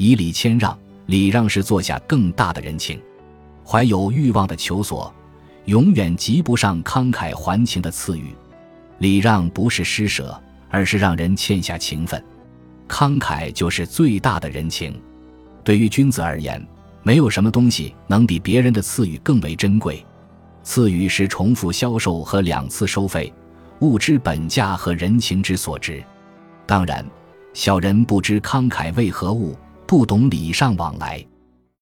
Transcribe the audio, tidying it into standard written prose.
以礼谦让，礼让是做下更大的人情。怀有欲望的求索，永远及不上慷慨还情的赐予。礼让不是施舍，而是让人欠下情分。慷慨就是最大的人情。对于君子而言，没有什么东西能比别人的赐予更为珍贵。赐予是重复销售和2次收费，物之本价和人情之所值。当然，小人不知慷慨为何物，不懂礼尚往来。